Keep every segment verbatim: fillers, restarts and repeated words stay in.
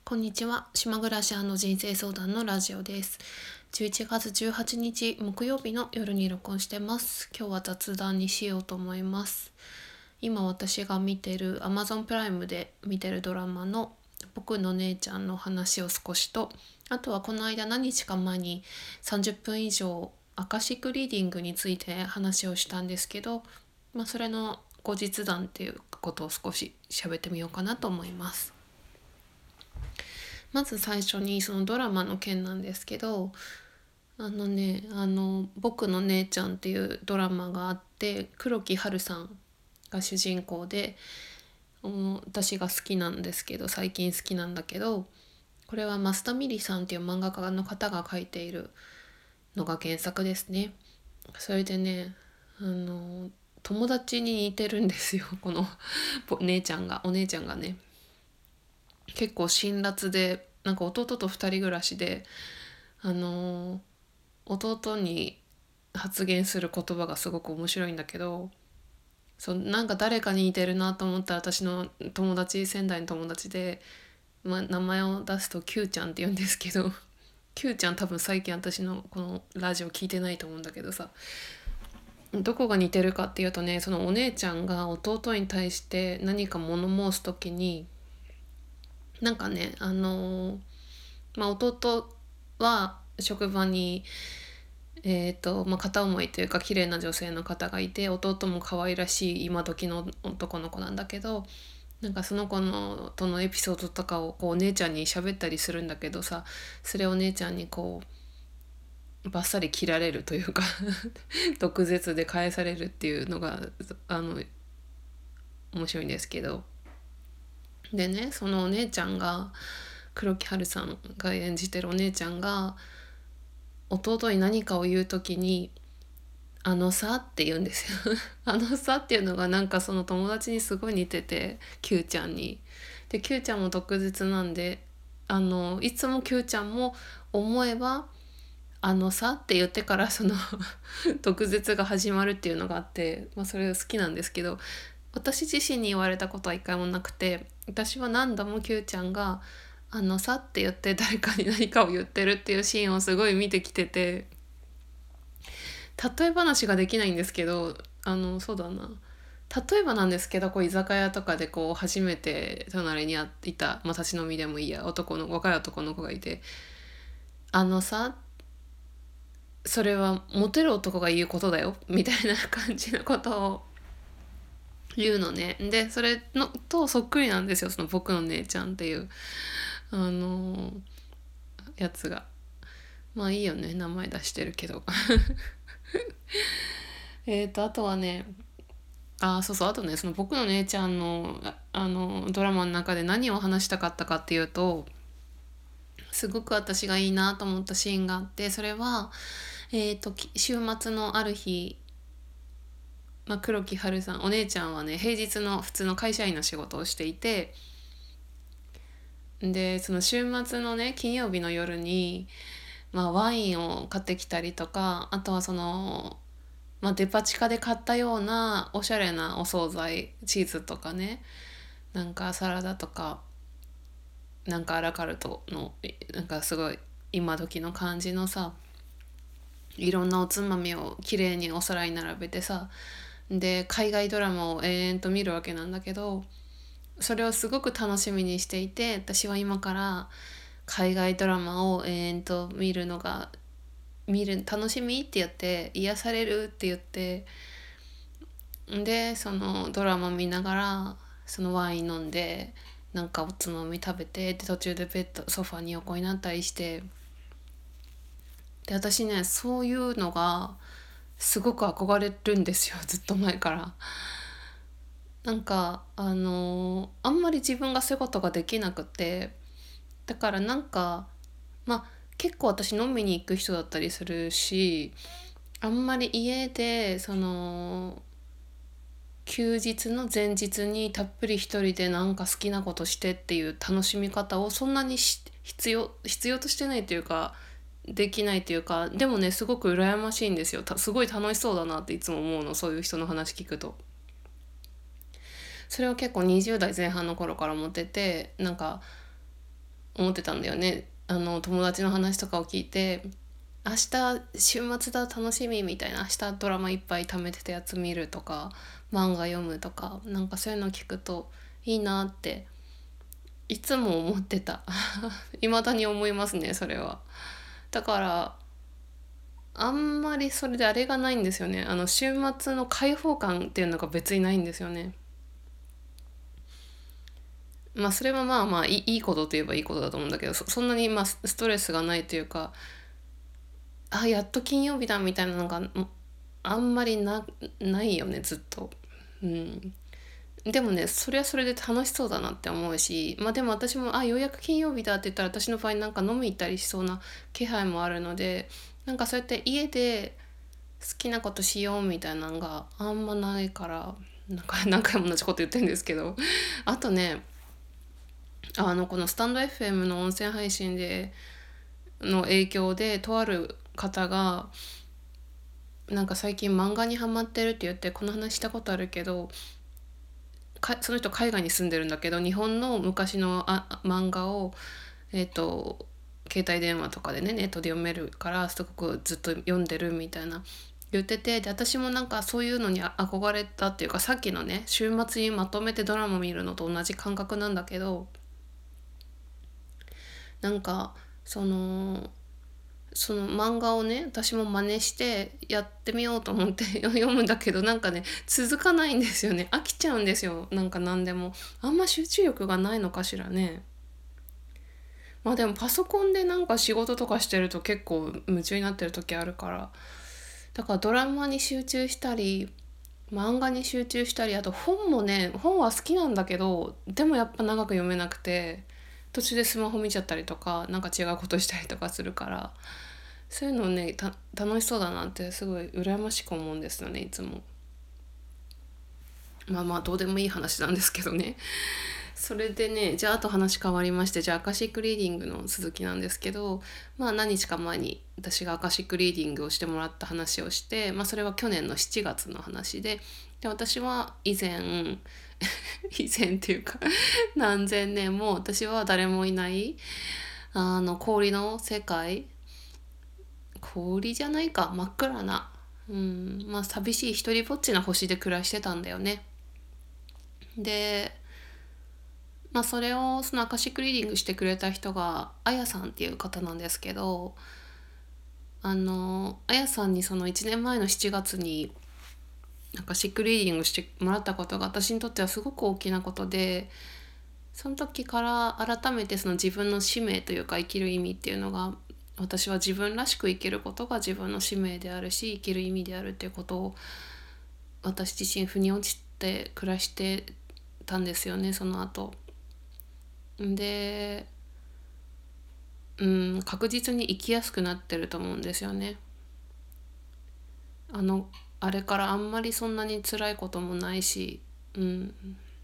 こんにちは。島暮らし人生相談のラジオです。じゅういちがつじゅうはちにち木曜日の夜に録音してます。今日は雑談にしようと思います。今私が見てる Amazon プライムで見てるドラマの僕の姉ちゃんの話を少しと、あとはこの間何日か前にさんじゅっぷん以上アカシックリーディングについて話をしたんですけど、まあ、それの後日談っていうことを少し喋ってみようかなと思います。まず最初にそのドラマの件なんですけど、あのねあの僕の姉ちゃんっていうドラマがあって、黒木華さんが主人公で、私が好きなんですけど最近好きなんだけど、これは増田美里さんっていう漫画家の方が描いているのが原作ですね。それでね、あの友達に似てるんですよこの姉ちゃんがお姉ちゃんがね、結構辛辣で、なんか弟と二人暮らしで、あのー弟に発言する言葉がすごく面白いんだけど、そうなんか誰かに似てるなと思ったら、私の友達、仙台の友達で、まあ、名前を出すと Q ちゃんって言うんですけどQ ちゃん多分最近私のこのラジオ聞いてないと思うんだけどさ、どこが似てるかっていうとね、そのお姉ちゃんが弟に対して何か物申す時に、なんかねあのーまあ弟は職場にえーとまあ、片思いというか綺麗な女性の方がいて、弟も可愛らしい今時の男の子なんだけど、なんかその子のとのエピソードとかをこうお姉ちゃんに喋ったりするんだけどさ、それをお姉ちゃんにこうバッサリ切られるというか毒舌で返されるっていうのがあの面白いんですけど、でね、そのお姉ちゃんが黒木華さんが演じてるお姉ちゃんが弟に何かを言うときにあのさって言うんですよあのさっていうのがなんかその友達にすごい似てて、 Q ちゃんに。で Q ちゃんも毒舌なんで、あのいつも Q ちゃんも思えばあのさって言ってからその毒舌が始まるっていうのがあって、まあ、それ好きなんですけど、私自身に言われたことは一回もなくて、私は何度も Q ちゃんがあのさって言って誰かに何かを言ってるっていうシーンをすごい見てきてて、例え話ができないんですけど、あのそうだな例えばなんですけど、こう居酒屋とかでこう初めて隣にいた、まあ、立ち飲みでもいいや、男の若い男の子がいて、あのさそれはモテる男が言うことだよみたいな感じのことを言うのね。でそれのとそっくりなんですよ、その僕の姉ちゃんっていうあのやつが。まあいいよね、名前出してるけどえっとあとはね、あ、そうそう、あとね、その僕の姉ちゃんのああのドラマの中で何を話したかったかっていうと、すごく私がいいなと思ったシーンがあって、それは、えーと、週末のある日、まあ、黒木華さんお姉ちゃんはね平日の普通の会社員の仕事をしていて、でその週末のね金曜日の夜に、まあ、ワインを買ってきたりとか、あとはその、まあ、デパ地下で買ったようなおしゃれなお惣菜、チーズとかね、なんかサラダとか、なんかアラカルトのなんかすごい今時の感じのさ、いろんなおつまみをきれいにお皿に並べてさ、で海外ドラマを延々と見るわけなんだけど、それをすごく楽しみにしていて、私は今から海外ドラマを延々と見るのが見る楽しみって言って、癒されるって言って、でそのドラマ見ながらそのワイン飲んで、なんかおつまみ食べて、で途中でベッドソファに横になったりして、で私ねそういうのがすごく憧れるんですよ、ずっと前から。なんかあのーあんまり自分がそういうことができなくて、だからなんかまあ結構私飲みに行く人だったりするし、あんまり家でその休日の前日にたっぷり一人でなんか好きなことしてっていう楽しみ方をそんなにし必要必要としてないというか、できないというか、でもねすごく羨ましいんですよ。たすごい楽しそうだなっていつも思うの、そういう人の話聞くと。それを結構にじゅう代前半の頃から思ってて、なんか思ってたんだよね。あの友達の話とかを聞いて、明日週末だ楽しみみたいな、明日ドラマいっぱい貯めてたやつ見るとか漫画読むとか、なんかそういうの聞くといいなっていつも思ってた。未だに思いますね、それは。だからあんまりそれであれがないんですよね。あの週末の解放感っていうのが別にないんですよね。まあそれはまあまあいいいいことといえばいいことだと思うんだけど、そそんなにまあストレスがないというか、あやっと金曜日だみたいなのがあんまりなないよね、ずっと。うん、でもねそれはそれで楽しそうだなって思うし、まあでも私もあようやく金曜日だって言ったら私の場合なんか飲み行ったりしそうな気配もあるので、なんかそうやって家で好きなことしようみたいなのがあんまないから、なんか何回も同じこと言ってるんですけど、あとね、あのこのスタンド エフエム の音声配信での影響でとある方がなんか最近漫画にハマってるって言って、この話したことあるけど、かその人海外に住んでるんだけど日本の昔のあ漫画をえっ、と携帯電話とかでねネットで読めるからすごくずっと読んでるみたいな言ってて、で私もなんかそういうのに憧れたっていうか、さっきのね週末にまとめてドラマ見るのと同じ感覚なんだけど、なんかそのその漫画をね私も真似してやってみようと思って読むんだけど、なんかね続かないんですよね。飽きちゃうんですよ、なんか何でも。あんま集中力がないのかしらね。まあでもパソコンでなんか仕事とかしてると結構夢中になってる時あるから、だからドラマに集中したり漫画に集中したり、あと本もね本は好きなんだけどでもやっぱ長く読めなくて途中でスマホ見ちゃったりとかなんか違うことしたりとかするから、そういうのねた楽しそうだなってすごい羨ましく思うんですよね、いつも。まあまあどうでもいい話なんですけどね。それでね、じゃああと話変わりまして、じゃあアカシックリーディングの続きなんですけど、まあ何日か前に私がアカシックリーディングをしてもらった話をして、まあそれは去年のしちがつの話で、で私は以前以前っていうか何千年も私は誰もいないあの氷の世界、氷じゃないか、真っ暗な、うん、まあ寂しい一人ぼっちな星で暮らしてたんだよね。でまあそれをそのアカシックリーディングしてくれた人があやさんっていう方なんですけど、あのあやさんにそのいちねんまえのしちがつにアカシックリーディングしてもらったことが私にとってはすごく大きなことで、その時から改めてその自分の使命というか生きる意味っていうのが、私は自分らしく生きることが自分の使命であるし生きる意味であるっていうことを私自身腑に落ちて暮らしてたんですよね、その後で。うん、確実に生きやすくなってると思うんですよね。あのあれからあんまりそんなに辛いこともないし、うん、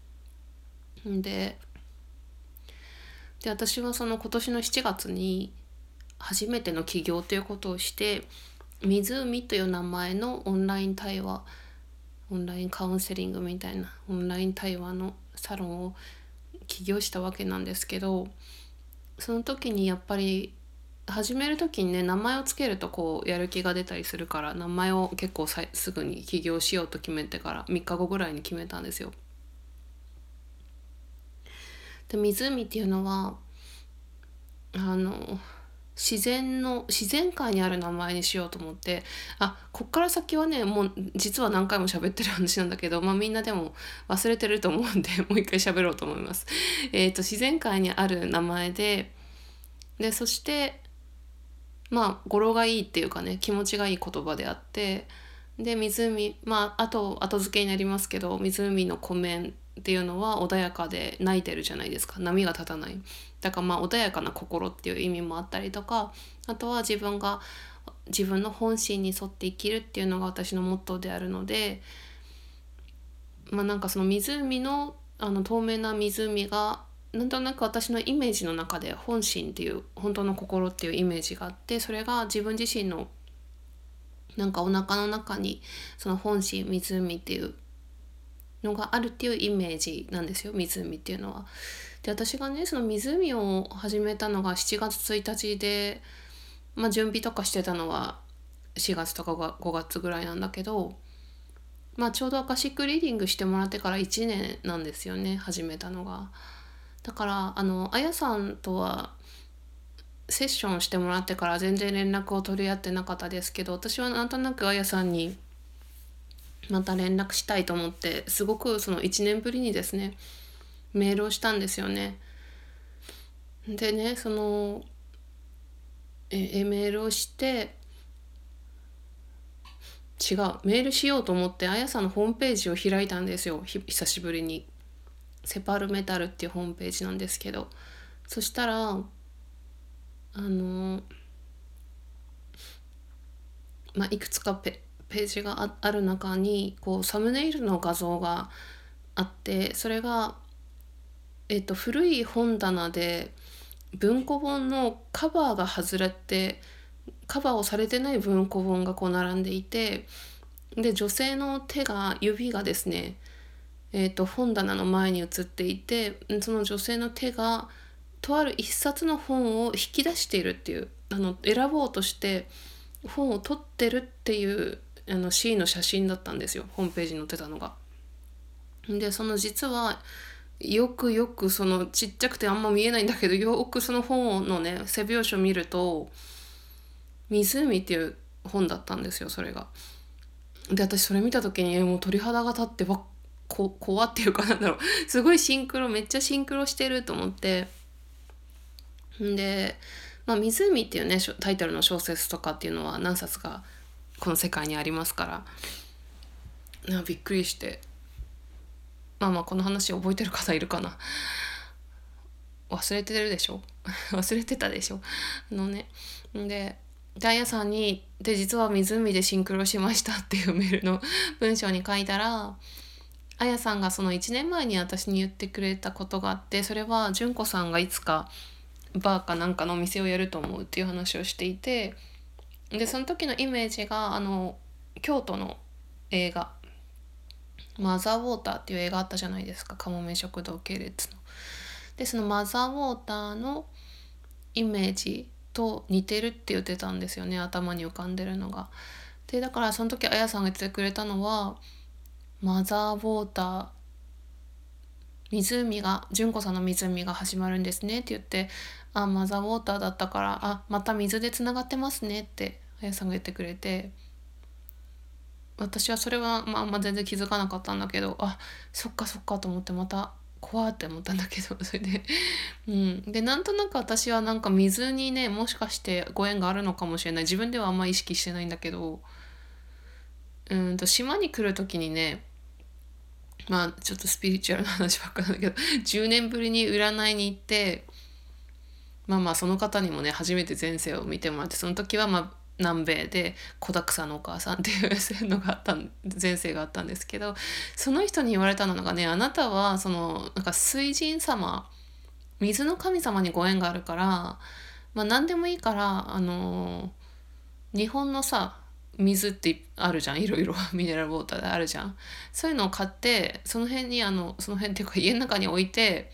でで私はその今年のしちがつに初めての起業ということをして、湖という名前のオンライン対話、オンラインカウンセリングみたいなオンライン対話のサロンを起業したわけなんですけど、その時にやっぱり始める時にね名前をつけるとこうやる気が出たりするから、名前を結構さすぐに起業しようと決めてからみっかごぐらいに決めたんですよ。で湖っていうのはあの自然の自然界にある名前にしようと思って、あこっから先はねもう実は何回も喋ってる話なんだけど、まあ、みんなでも忘れてると思うんでもう一回喋ろうと思います。えーと自然界にある名前で、でそしてまあ語呂がいいっていうかね気持ちがいい言葉であって、で湖、まああと後付けになりますけど湖の湖面っていうのは穏やかで泣いてるじゃないですか、波が立たない。だからまあ穏やかな心っていう意味もあったりとか、あとは自分が自分の本心に沿って生きるっていうのが私のモットーであるので、まあなんかその湖のあの透明な湖がなんとなく私のイメージの中で本心っていう本当の心っていうイメージがあって、それが自分自身のなんかお腹の中にその本心湖っていうのがあるっていうイメージなんですよ、湖っていうのは。 で私がねその湖を始めたのがしちがつついたちで、まあ、準備とかしてたのはしがつとかごがつぐらいなんだけど、まあ、ちょうどアカシックリーディングしてもらってからいちねんなんですよね、始めたのが。だからあのあやさんとはセッションしてもらってから全然連絡を取り合ってなかったですけど、私はなんとなくあやさんにまた連絡したいと思って、すごくそのいちねんぶりにですねメールをしたんですよね。でねそのえメールをして違うメールしようと思ってあやさんのホームページを開いたんですよ、久しぶりに。セパルメタルっていうホームページなんですけど、そしたらあのまあいくつかペページが あ, ある中にこうサムネイルの画像があって、それが、えっと、古い本棚で文庫本のカバーが外れてカバーをされてない文庫本がこう並んでいて、で女性の手が指がですね、えっと、本棚の前に映っていて、その女性の手がとある一冊の本を引き出しているっていう、あの選ぼうとして本を取ってるっていうあのシーンの写真だったんですよ、ホームページに載ってたのが。でその実はよくよくそのちっちゃくてあんま見えないんだけど、よくその本のね背表紙を見ると湖っていう本だったんですよ、それが。で私それ見た時にもう鳥肌が立って、わこ怖っていうかなんだろうすごいシンクロめっちゃシンクロしてると思って。んで、まあ、湖っていうねタイトルの小説とかっていうのは何冊かこの世界にありますから、なびっくりして、まあまあこの話覚えてる方いるかな、忘れてるでしょ忘れてたでしょあのね。でダイヤさんにで実は湖でシンクロしましたっていうメールの文章に書いたら、あやさんがそのいちねんまえに私に言ってくれたことがあって、それは純子さんがいつかバーかなんかのお店をやると思うっていう話をしていて、でその時のイメージがあの京都の映画マザーウォーターっていう映画あったじゃないですか、かもめ食堂系列の。でそのマザーウォーターのイメージと似てるって言ってたんですよね、頭に浮かんでるのが。でだからその時あやさんが言ってくれたのはマザーウォーター、湖が純子さんの湖が始まるんですねって言って、あマザーウォーターだったから、あまた水でつながってますねってあやさんが言ってくれて、私はそれは、まあ、あんま全然気づかなかったんだけど、あそっかそっかと思って、また怖って思ったんだけどそれでうんでなんとなく私はなんか水にねもしかしてご縁があるのかもしれない、自分ではあんま意識してないんだけど、うんと島に来る時にね、まあちょっとスピリチュアルな話ばっかなんだけどじゅうねんぶりに占いに行って、まあまあその方にもね初めて前世を見てもらって、その時はまあ南米で子だくさんのお母さんっていうのがあった前世があったんですけど、その人に言われたのがね、あなたはそのなんか水神様、水の神様にご縁があるから、まあ何でもいいからあの日本のさ水ってあるじゃん、いろいろミネラルウォーターであるじゃん、そういうのを買ってその辺にあのその辺っていうか家の中に置いて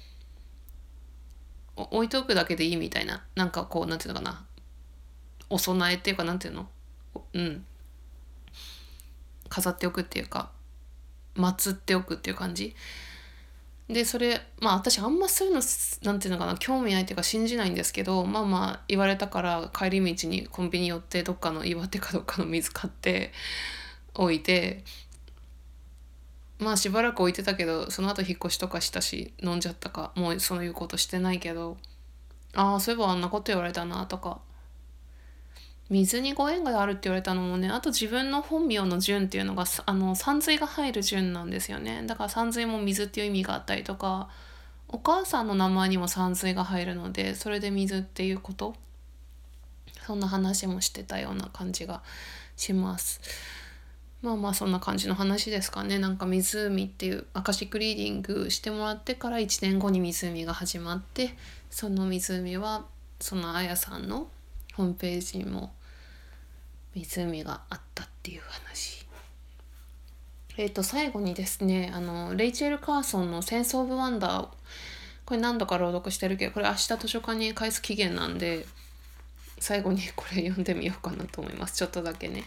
置いておくだけでいいみたいな、なんかこうなんていうのかな、お供えっていうかなんていうの、うん飾っておくっていうか祀っておくっていう感じで、それまあ私あんまそういうのなんていうのかな興味ないっていうか信じないんですけど、まあまあ言われたから帰り道にコンビニ寄ってどっかの岩手かどっかの水買って置いて、まあしばらく置いてたけどその後引っ越しとかしたし飲んじゃったかもうそういうことしてないけど、ああそういえばあんなこと言われたなとか、水にご縁があるって言われたのもね、あと自分の本名の純っていうのがあの山水が入る純なんですよね。だから山水も水っていう意味があったりとか、お母さんの名前にも山水が入るのでそれで水っていうこと、そんな話もしてたような感じがします。まあまあそんな感じの話ですかね。なんか湖っていうアカシックリーディングしてもらってからいちねんごに湖が始まって、その湖はそのあやさんのホームページにも湖があったっていう話。えっ、ー、と最後にですね、あのレイチェル・カーソンのセンス・オブ・ワンダーこれ何度か朗読してるけど、これ明日図書館に返す期限なんで、最後にこれ読んでみようかなと思います。ちょっとだけね。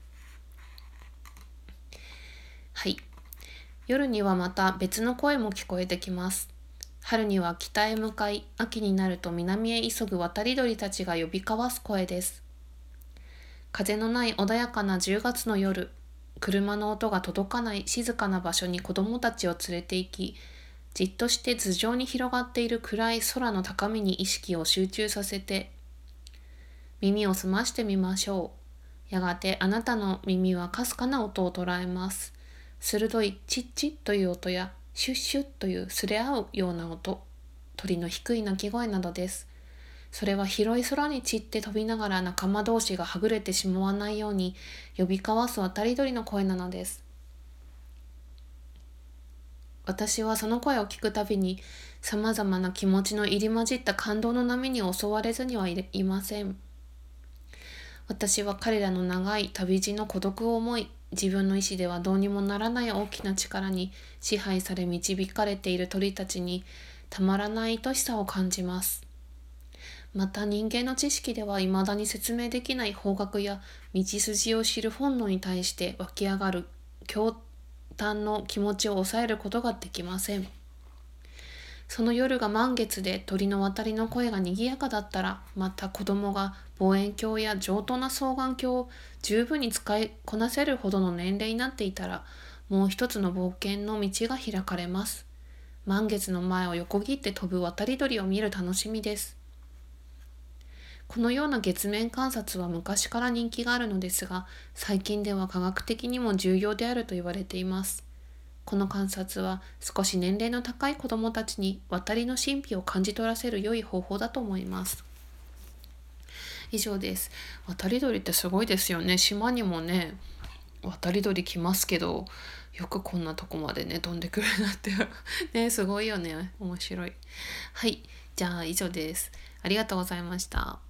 はい。夜にはまた別の声も聞こえてきます。春には北へ向かい、秋になると南へ急ぐ渡り鳥たちが呼び交わす声です。風のない穏やかなじゅうがつの夜、車の音が届かない静かな場所に子供たちを連れて行き、じっとして頭上に広がっている暗い空の高みに意識を集中させて、耳を澄ましてみましょう。やがてあなたの耳はかすかな音を捉えます。鋭いチッチッという音やシュッシュッというすれ合うような音、鳥の低い鳴き声などです。それは広い空に散って飛びながら仲間同士がはぐれてしまわないように呼び交わす渡り鳥の声なのです。私はその声を聞くたびにさまざまな気持ちの入り混じった感動の波に襲われずにはいいません。私は彼らの長い旅路の孤独を思い、自分の意志ではどうにもならない大きな力に支配され導かれている鳥たちにたまらない愛しさを感じます。また人間の知識では未だに説明できない方角や道筋を知る本能に対して湧き上がる驚嘆の気持ちを抑えることができません。その夜が満月で鳥の渡りの声が賑やかだったら、また子供が望遠鏡や上等な双眼鏡を十分に使いこなせるほどの年齢になっていたら、もう一つの冒険の道が開かれます。満月の前を横切って飛ぶ渡り鳥を見る楽しみです。このような月面観察は昔から人気があるのですが、最近では科学的にも重要であると言われています。この観察は少し年齢の高い子どもたちに渡りの神秘を感じ取らせる良い方法だと思います。以上です。渡り鳥ってすごいですよね。島にもね、渡り鳥来ますけど、よくこんなとこまでね、飛んでくるなってね、すごいよね。面白い。はい、じゃあ以上です。ありがとうございました。